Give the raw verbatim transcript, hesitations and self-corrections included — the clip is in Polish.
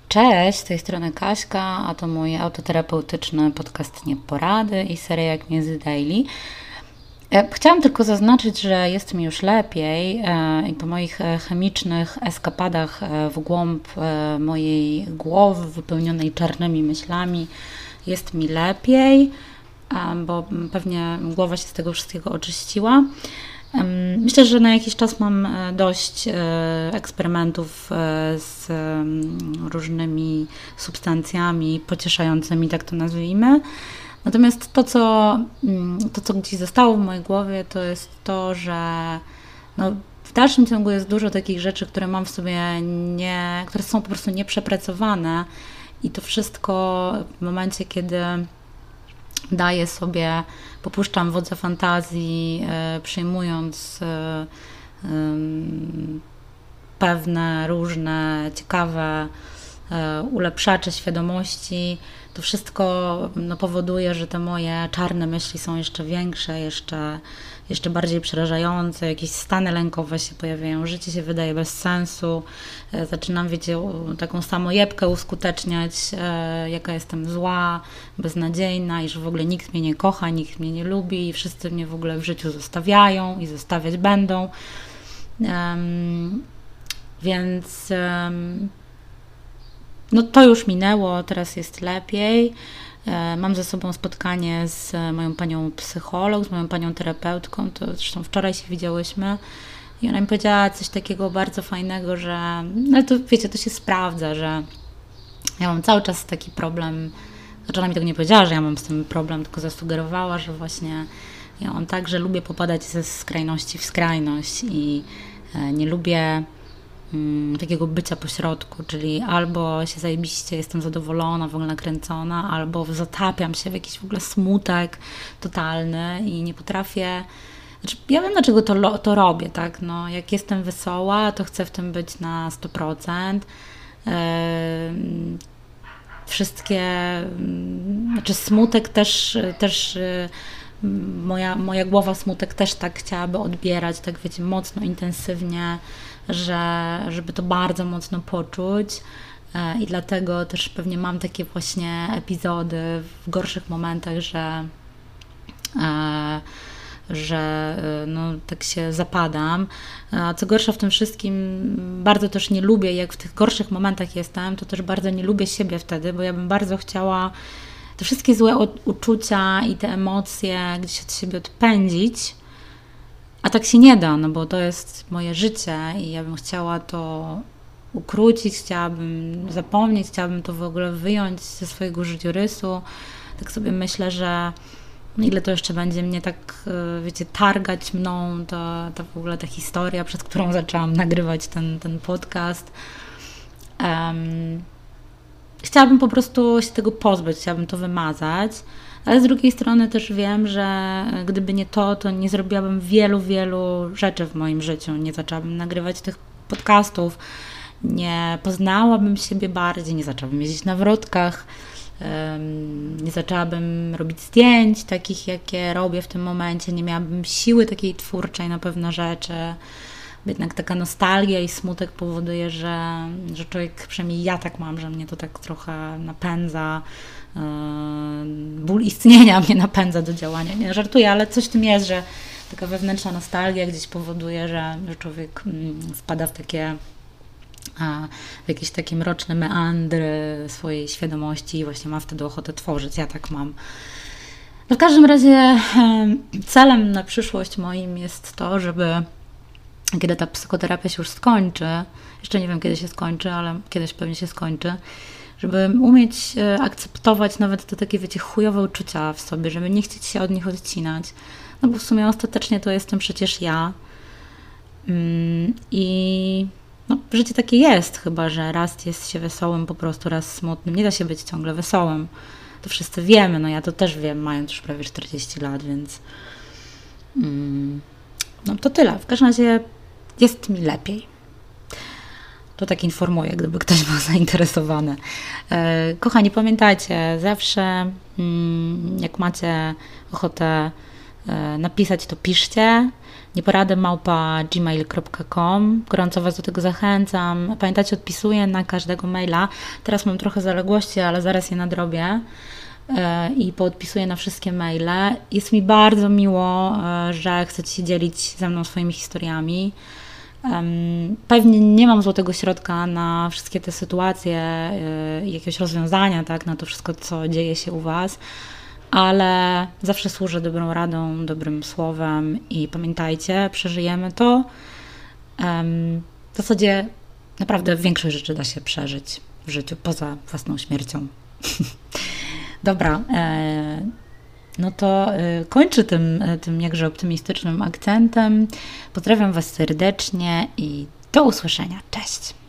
Cześć, z tej strony Kaśka, a to mój autoterapeutyczny podcast Nieporady i seria Jak Między Daily. Chciałam tylko zaznaczyć, że jest mi już lepiej i po moich chemicznych eskapadach w głąb mojej głowy wypełnionej czarnymi myślami jest mi lepiej, bo pewnie głowa się z tego wszystkiego oczyściła. Myślę, że na jakiś czas mam dość eksperymentów z różnymi substancjami pocieszającymi, tak to nazwijmy. Natomiast to, co, to, co gdzieś zostało w mojej głowie, to jest to, że no, w dalszym ciągu jest dużo takich rzeczy, które mam w sobie, nie, które są po prostu nieprzepracowane i to wszystko w momencie, kiedy daję sobie, popuszczam wodze fantazji, przyjmując pewne różne ciekawe ulepszacze świadomości, to wszystko no, powoduje, że te moje czarne myśli są jeszcze większe, jeszcze, jeszcze bardziej przerażające, jakieś stany lękowe się pojawiają, życie się wydaje bez sensu, zaczynam, wiecie, taką samojebkę uskuteczniać, jaka jestem zła, beznadziejna i że w ogóle nikt mnie nie kocha, nikt mnie nie lubi i wszyscy mnie w ogóle w życiu zostawiają i zostawiać będą. Um, więc um, no to już minęło, teraz jest lepiej. Mam ze sobą spotkanie z moją panią psycholog, z moją panią terapeutką, to zresztą wczoraj się widziałyśmy i ona mi powiedziała coś takiego bardzo fajnego, że, no to wiecie, to się sprawdza, że ja mam cały czas taki problem, znaczy ona mi tego nie powiedziała, że ja mam z tym problem, tylko zasugerowała, że właśnie ja mam tak, że lubię popadać ze skrajności w skrajność i nie lubię takiego bycia pośrodku, czyli albo się zajebiście jestem zadowolona, w ogóle nakręcona, albo zatapiam się w jakiś w ogóle smutek totalny i nie potrafię, znaczy ja wiem, dlaczego to, to robię, tak, no jak jestem wesoła, to chcę w tym być na sto procent. Yy, wszystkie, znaczy smutek też, też yy, moja, moja głowa smutek też tak chciałaby odbierać, tak wiecie, mocno, intensywnie, że, żeby to bardzo mocno poczuć i dlatego też pewnie mam takie właśnie epizody w gorszych momentach, że, że no, tak się zapadam. A co gorsza w tym wszystkim, bardzo też nie lubię, jak w tych gorszych momentach jestem, to też bardzo nie lubię siebie wtedy, bo ja bym bardzo chciała te wszystkie złe uczucia i te emocje gdzieś od siebie odpędzić. A tak się nie da, no bo to jest moje życie i ja bym chciała to ukrócić, chciałabym zapomnieć, chciałabym to w ogóle wyjąć ze swojego życiorysu. Tak sobie myślę, że ile to jeszcze będzie mnie tak, wiecie, targać mną, to, to w ogóle ta historia, przez którą zaczęłam nagrywać ten, ten podcast. Um, chciałabym po prostu się tego pozbyć, chciałabym to wymazać. Ale z drugiej strony też wiem, że gdyby nie to, to nie zrobiłabym wielu, wielu rzeczy w moim życiu. Nie zaczęłabym nagrywać tych podcastów, nie poznałabym siebie bardziej, nie zaczęłabym jeździć na wrotkach, nie zaczęłabym robić zdjęć takich, jakie robię w tym momencie, nie miałabym siły takiej twórczej na pewne rzeczy. Jednak taka nostalgia i smutek powoduje, że, że człowiek, przynajmniej ja tak mam, że mnie to tak trochę napędza, yy, ból istnienia mnie napędza do działania. Nie żartuję, ale coś w tym jest, że taka wewnętrzna nostalgia gdzieś powoduje, że, że człowiek yy, wpada w takie a, w jakieś takie mroczne meandry swojej świadomości i właśnie ma wtedy ochotę tworzyć. Ja tak mam. No w każdym razie yy, celem na przyszłość moim jest to, żeby kiedy ta psychoterapia się już skończy, jeszcze nie wiem kiedy się skończy, ale kiedyś pewnie się skończy, żeby umieć akceptować nawet te takie, wiecie, chujowe uczucia w sobie, żeby nie chcieć się od nich odcinać, no bo w sumie ostatecznie to jestem przecież ja i no, życie takie jest, chyba że raz jest się wesołym po prostu, raz smutnym, nie da się być ciągle wesołym, to wszyscy wiemy, no ja to też wiem, mając już prawie czterdzieści lat, więc no to tyle, w każdym razie jest mi lepiej. To tak informuję, gdyby ktoś był zainteresowany. Kochani, pamiętajcie, zawsze jak macie ochotę napisać, to piszcie. Nieporady małpa gmail kropka com. Gorąco Was do tego zachęcam. Pamiętajcie, odpisuję na każdego maila. Teraz mam trochę zaległości, ale zaraz je nadrobię i poodpisuję na wszystkie maile. Jest mi bardzo miło, że chcecie się dzielić ze mną swoimi historiami. Pewnie nie mam złotego środka na wszystkie te sytuacje, jakieś rozwiązania, tak, na to wszystko, co dzieje się u Was, ale zawsze służę dobrą radą, dobrym słowem i pamiętajcie, przeżyjemy to. W zasadzie naprawdę większość rzeczy da się przeżyć w życiu, poza własną śmiercią. Dobra, no to kończę tym, tym jakże optymistycznym akcentem. Pozdrawiam Was serdecznie i do usłyszenia. Cześć!